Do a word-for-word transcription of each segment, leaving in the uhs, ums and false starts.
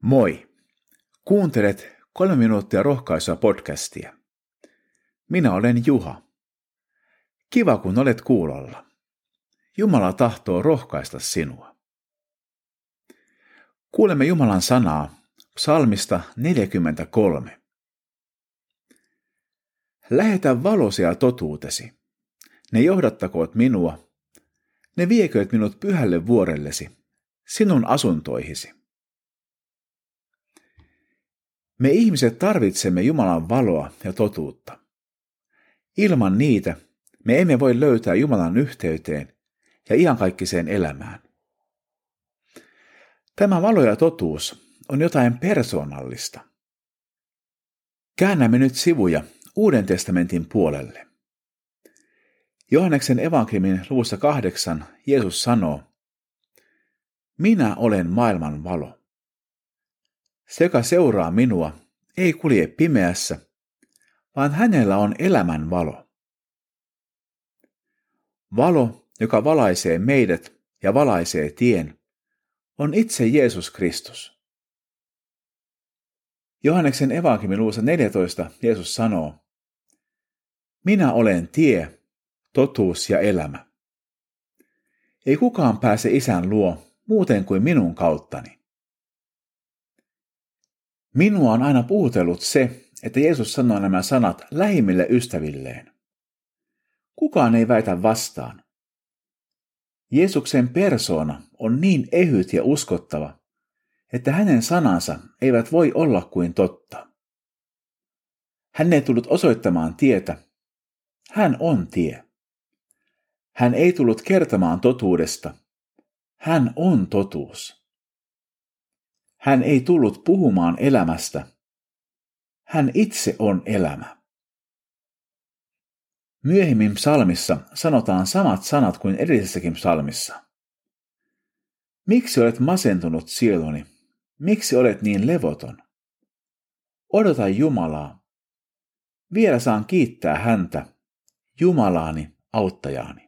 Moi! Kuuntelet kolme minuuttia rohkaisua podcastia. Minä olen Juha. Kiva, kun olet kuulolla. Jumala tahtoo rohkaista sinua. Kuulemme Jumalan sanaa psalmista neljäkymmentäkolme. Lähetä valosi ja totuutesi. Ne johdattakoot minua. Ne viekööt minut pyhälle vuorellesi, sinun asuntoihisi. Me ihmiset tarvitsemme Jumalan valoa ja totuutta. Ilman niitä me emme voi löytää Jumalan yhteyteen ja iankaikkiseen elämään. Tämä valo ja totuus on jotain persoonallista. Käännämme nyt sivuja Uuden testamentin puolelle. Johanneksen evankeliumin luvussa kahdeksan Jeesus sanoo, minä olen maailman valo. Se, joka seuraa minua, ei kulje pimeässä, vaan hänellä on elämän valo. Valo, joka valaisee meidät ja valaisee tien, on itse Jeesus Kristus. Johanneksen evankeliumin luvussa neljätoista Jeesus sanoo, minä olen tie, totuus ja elämä. Ei kukaan pääse Isän luo muuten kuin minun kauttani. Minua on aina puhutellut se, että Jeesus sanoo nämä sanat lähimmille ystävilleen. Kukaan ei väitä vastaan. Jeesuksen persoona on niin ehyt ja uskottava, että hänen sanansa eivät voi olla kuin totta. Hän ei tullut osoittamaan tietä. Hän on tie. Hän ei tullut kertomaan totuudesta. Hän on totuus. Hän ei tullut puhumaan elämästä. Hän itse on elämä. Myöhemmin psalmissa sanotaan samat sanat kuin edellisessäkin psalmissa. Miksi olet masentunut sieluni? Miksi olet niin levoton? Odota Jumalaa. Vielä saan kiittää häntä, Jumalaani, auttajaani.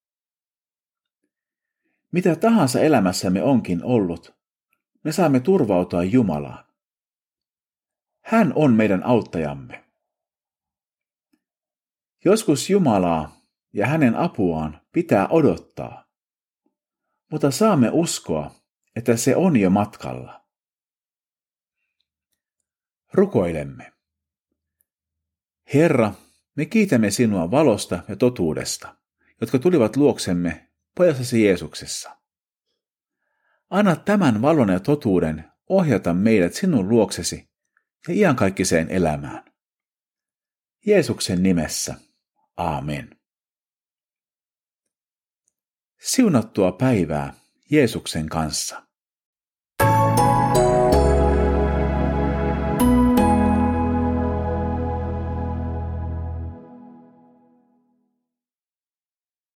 Mitä tahansa elämässämme onkin ollut, me saamme turvautua Jumalaan. Hän on meidän auttajamme. Joskus Jumalaa ja hänen apuaan pitää odottaa, mutta saamme uskoa, että se on jo matkalla. Rukoilemme. Herra, me kiitämme sinua valosta ja totuudesta, jotka tulivat luoksemme pojassasi Jeesuksessa. Anna tämän valon ja totuuden ohjata meidät sinun luoksesi ja iankaikkiseen elämään. Jeesuksen nimessä. Aamen. Siunattua päivää Jeesuksen kanssa.